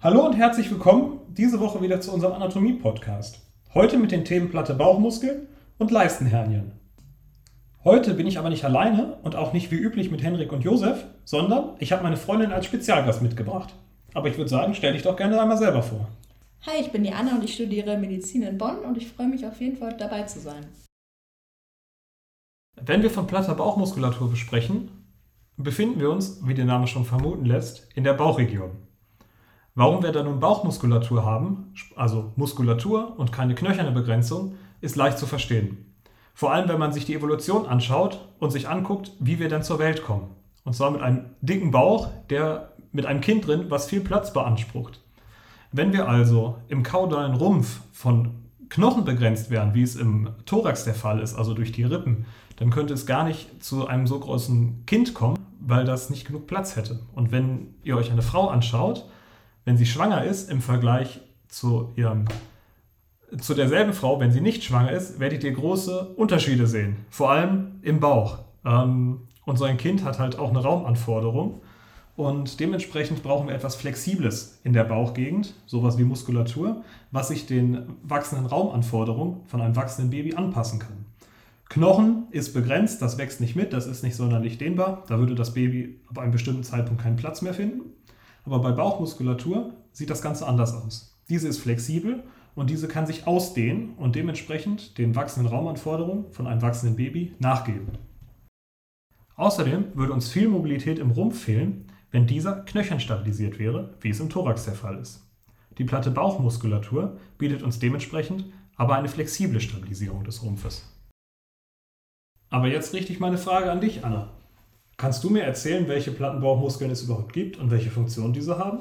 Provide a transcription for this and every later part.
Hallo und herzlich willkommen diese Woche wieder zu unserem Anatomie-Podcast. Heute mit den Themen platte Bauchmuskeln und Leistenhernien. Heute bin ich aber nicht alleine und auch nicht wie üblich mit Henrik und Josef, sondern ich habe meine Freundin als Spezialgast mitgebracht. Aber ich würde sagen, stell dich doch gerne einmal selber vor. Hi, ich bin die Anna und ich studiere Medizin in Bonn und ich freue mich auf jeden Fall dabei zu sein. Wenn wir von platter Bauchmuskulatur besprechen, befinden wir uns, wie der Name schon vermuten lässt, in der Bauchregion. Warum wir da nun Bauchmuskulatur haben, also Muskulatur und keine knöcherne Begrenzung, ist leicht zu verstehen. Vor allem, wenn man sich die Evolution anschaut und sich anguckt, wie wir dann zur Welt kommen. Und zwar mit einem dicken Bauch, der mit einem Kind drin, was viel Platz beansprucht. Wenn wir also im kaudalen Rumpf von Knochen begrenzt wären, wie es im Thorax der Fall ist, also durch die Rippen, dann könnte es gar nicht zu einem so großen Kind kommen, weil das nicht genug Platz hätte. Und wenn ihr euch eine Frau anschaut, wenn sie schwanger ist, im Vergleich zu derselben Frau, wenn sie nicht schwanger ist, werdet ihr große Unterschiede sehen. Vor allem im Bauch. Und so ein Kind hat halt auch eine Raumanforderung. Und dementsprechend brauchen wir etwas Flexibles in der Bauchgegend, sowas wie Muskulatur, was sich den wachsenden Raumanforderungen von einem wachsenden Baby anpassen kann. Knochen ist begrenzt, das wächst nicht mit, das ist nicht sonderlich dehnbar. Da würde das Baby ab einem bestimmten Zeitpunkt keinen Platz mehr finden. Aber bei Bauchmuskulatur sieht das Ganze anders aus. Diese ist flexibel und diese kann sich ausdehnen und dementsprechend den wachsenden Raumanforderungen von einem wachsenden Baby nachgeben. Außerdem würde uns viel Mobilität im Rumpf fehlen, wenn dieser knöchern stabilisiert wäre, wie es im Thorax der Fall ist. Die platte Bauchmuskulatur bietet uns dementsprechend aber eine flexible Stabilisierung des Rumpfes. Aber jetzt richte ich meine Frage an dich, Anna. Kannst du mir erzählen, welche Plattenbauchmuskeln es überhaupt gibt und welche Funktion diese haben?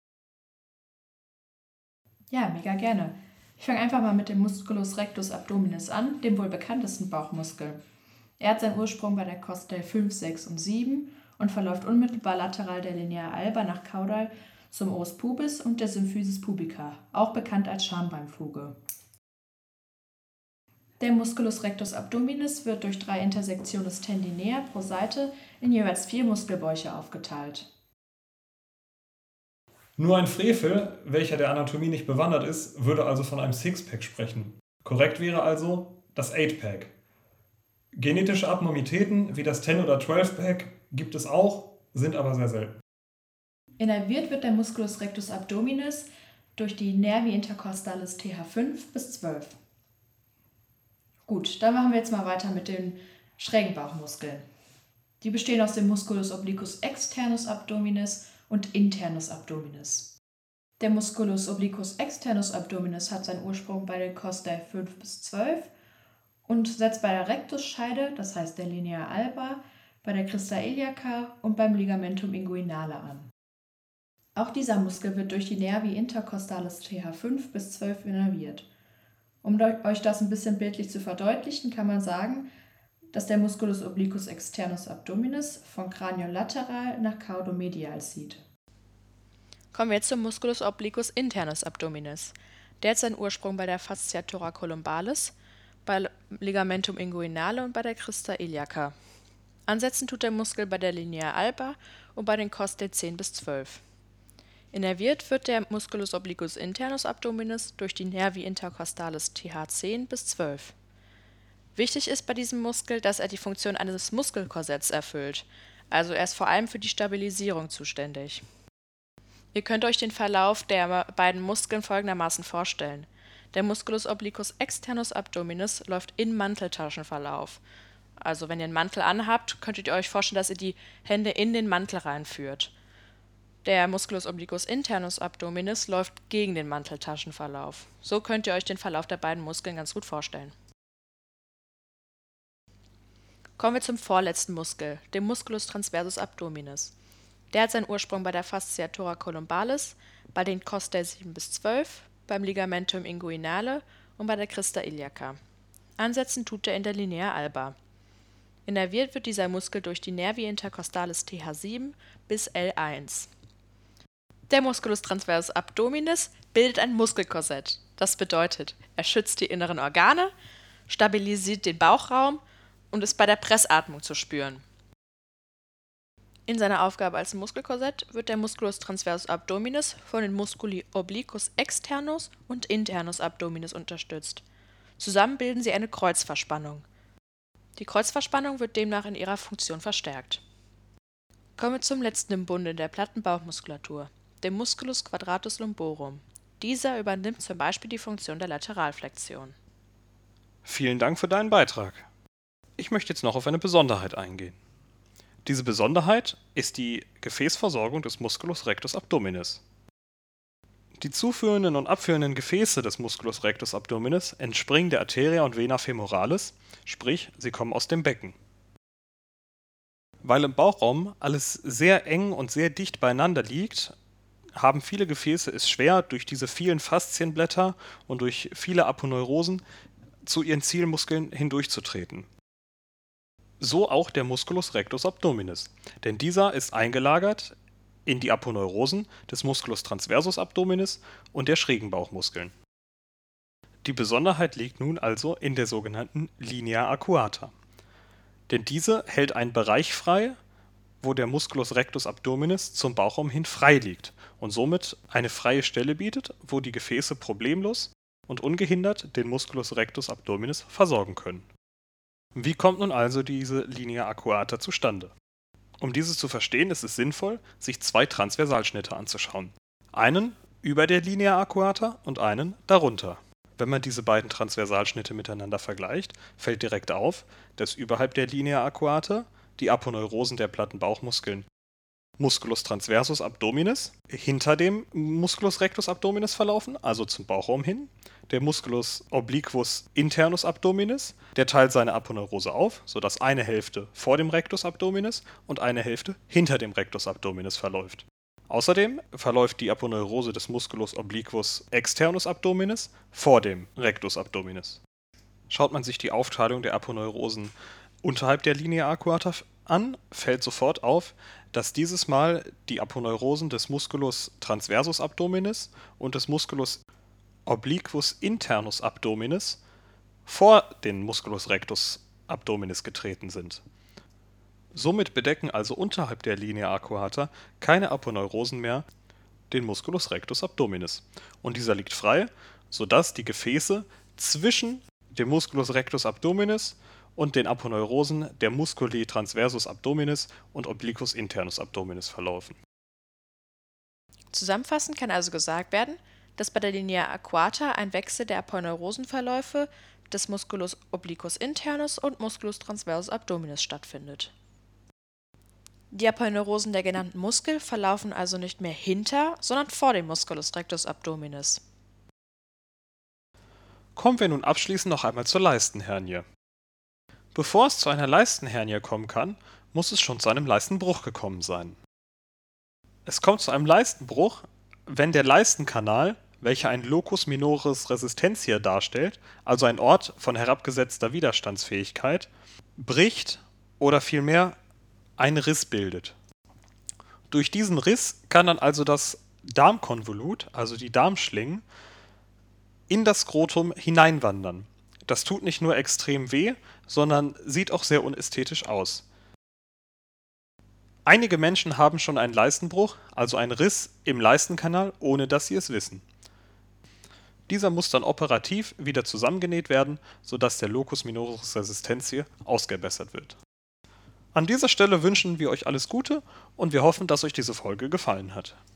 Ja, mega gerne. Ich fange einfach mal mit dem Musculus rectus abdominis an, dem wohl bekanntesten Bauchmuskel. Er hat seinen Ursprung bei der Kostel 5, 6 und 7 und verläuft unmittelbar lateral der Linea alba nach caudal zum Os pubis und der Symphysis pubica, auch bekannt als Schambeimfuge. Der Musculus rectus abdominis wird durch 3 Intersectiones tendinea pro Seite in jeweils 4 Muskelbäuche aufgeteilt. Nur ein Frevel, welcher der Anatomie nicht bewandert ist, würde also von einem Sixpack sprechen. Korrekt wäre also das Eightpack. Genetische Abnormitäten wie das 10- oder 12-Pack gibt es auch, sind aber sehr selten. Innerviert wird der Musculus rectus abdominis durch die Nervi intercostales TH5 bis 12. Gut, dann machen wir jetzt mal weiter mit den schrägen Bauchmuskeln. Die bestehen aus dem Musculus obliquus externus abdominis und internus abdominis. Der Musculus obliquus externus abdominis hat seinen Ursprung bei den Costae 5 bis 12 und setzt bei der Rectusscheide, das heißt der Linea alba, bei der Crista iliaca und beim Ligamentum inguinale an. Auch dieser Muskel wird durch die Nervi intercostales TH5 bis 12 innerviert. Um euch das ein bisschen bildlich zu verdeutlichen, kann man sagen, dass der Musculus obliquus externus abdominis von craniolateral nach caudomedial zieht. Kommen wir jetzt zum Musculus obliquus internus abdominis. Der hat seinen Ursprung bei der Fascia thoracolumbalis, bei Ligamentum inguinale und bei der Crista iliaca. Ansetzen tut der Muskel bei der Linea alba und bei den Costae 10 bis 12. Innerviert wird der Musculus obliquus internus abdominis durch die Nervi intercostales TH10 bis 12. Wichtig ist bei diesem Muskel, dass er die Funktion eines Muskelkorsetts erfüllt, also er ist vor allem für die Stabilisierung zuständig. Ihr könnt euch den Verlauf der beiden Muskeln folgendermaßen vorstellen. Der Musculus obliquus externus abdominis läuft in Manteltaschenverlauf. Also wenn ihr einen Mantel anhabt, könntet ihr euch vorstellen, dass ihr die Hände in den Mantel reinführt. Der Musculus obliquus internus abdominis läuft gegen den Manteltaschenverlauf. So könnt ihr euch den Verlauf der beiden Muskeln ganz gut vorstellen. Kommen wir zum vorletzten Muskel, dem Musculus transversus abdominis. Der hat seinen Ursprung bei der Fascia thoracolumbalis, bei den Costae 7 bis 12, beim Ligamentum inguinale und bei der Crista iliaca. Ansetzen tut er in der Linea alba. Innerviert wird dieser Muskel durch die Nervi intercostales TH7 bis L1. Der Musculus transversus abdominis bildet ein Muskelkorsett. Das bedeutet, er schützt die inneren Organe, stabilisiert den Bauchraum und ist bei der Pressatmung zu spüren. In seiner Aufgabe als Muskelkorsett wird der Musculus transversus abdominis von den Musculi obliquus externus und internus abdominis unterstützt. Zusammen bilden sie eine Kreuzverspannung. Die Kreuzverspannung wird demnach in ihrer Funktion verstärkt. Kommen wir zum letzten im Bunde der platten Bauchmuskulatur, dem Musculus quadratus lumborum. Dieser übernimmt zum Beispiel die Funktion der Lateralflexion. Vielen Dank für deinen Beitrag. Ich möchte jetzt noch auf eine Besonderheit eingehen. Diese Besonderheit ist die Gefäßversorgung des Musculus rectus abdominis. Die zuführenden und abführenden Gefäße des Musculus rectus abdominis entspringen der Arteria und Vena femoralis, sprich, sie kommen aus dem Becken. Weil im Bauchraum alles sehr eng und sehr dicht beieinander liegt, haben viele Gefäße es schwer, durch diese vielen Faszienblätter und durch viele Aponeurosen zu ihren Zielmuskeln hindurchzutreten. So auch der Musculus rectus abdominis, denn dieser ist eingelagert in die Aponeurosen des Musculus transversus abdominis und der schrägen Bauchmuskeln. Die Besonderheit liegt nun also in der sogenannten Linea arcuata, denn diese hält einen Bereich frei, wo der Musculus rectus abdominis zum Bauchraum hin frei liegt und somit eine freie Stelle bietet, wo die Gefäße problemlos und ungehindert den Musculus rectus abdominis versorgen können. Wie kommt nun also diese Linea arcuata zustande? Um dieses zu verstehen, ist es sinnvoll, sich zwei Transversalschnitte anzuschauen. Einen über der Linea arcuata und einen darunter. Wenn man diese beiden Transversalschnitte miteinander vergleicht, fällt direkt auf, dass überhalb der Linea arcuata die Aponeurosen der platten Bauchmuskeln Musculus transversus abdominis hinter dem Musculus rectus abdominis verlaufen, also zum Bauchraum hin. Der Musculus obliquus internus abdominis, der teilt seine Aponeurose auf, sodass eine Hälfte vor dem Rectus abdominis und eine Hälfte hinter dem Rectus abdominis verläuft. Außerdem verläuft die Aponeurose des Musculus obliquus externus abdominis vor dem Rectus abdominis. Schaut man sich die Aufteilung der Aponeurosen unterhalb der Linea arcuata an, fällt sofort auf, dass dieses Mal die Aponeurosen des Musculus transversus abdominis und des Musculus obliquus internus abdominis vor den Musculus rectus abdominis getreten sind. Somit bedecken also unterhalb der Linea arcuata keine Aponeurosen mehr den Musculus rectus abdominis. Und dieser liegt frei, sodass die Gefäße zwischen dem Musculus rectus abdominis und den Aponeurosen der Musculi transversus abdominis und obliquus internus abdominis verlaufen. Zusammenfassend kann also gesagt werden, dass bei der Linea arcuata ein Wechsel der Aponeurosenverläufe des Musculus obliquus internus und Musculus transversus abdominis stattfindet. Die Aponeurosen der genannten Muskel verlaufen also nicht mehr hinter, sondern vor dem Musculus rectus abdominis. Kommen wir nun abschließend noch einmal zur Leistenhernie. Bevor es zu einer Leistenhernie kommen kann, muss es schon zu einem Leistenbruch gekommen sein. Es kommt zu einem Leistenbruch, wenn der Leistenkanal, welcher ein Locus minoris resistentia darstellt, also ein Ort von herabgesetzter Widerstandsfähigkeit, bricht oder vielmehr einen Riss bildet. Durch diesen Riss kann dann also das Darmkonvolut, also die Darmschlingen, in das Skrotum hineinwandern. Das tut nicht nur extrem weh, sondern sieht auch sehr unästhetisch aus. Einige Menschen haben schon einen Leistenbruch, also einen Riss im Leistenkanal, ohne dass sie es wissen. Dieser muss dann operativ wieder zusammengenäht werden, sodass der Locus minoris resistentiae ausgebessert wird. An dieser Stelle wünschen wir euch alles Gute und wir hoffen, dass euch diese Folge gefallen hat.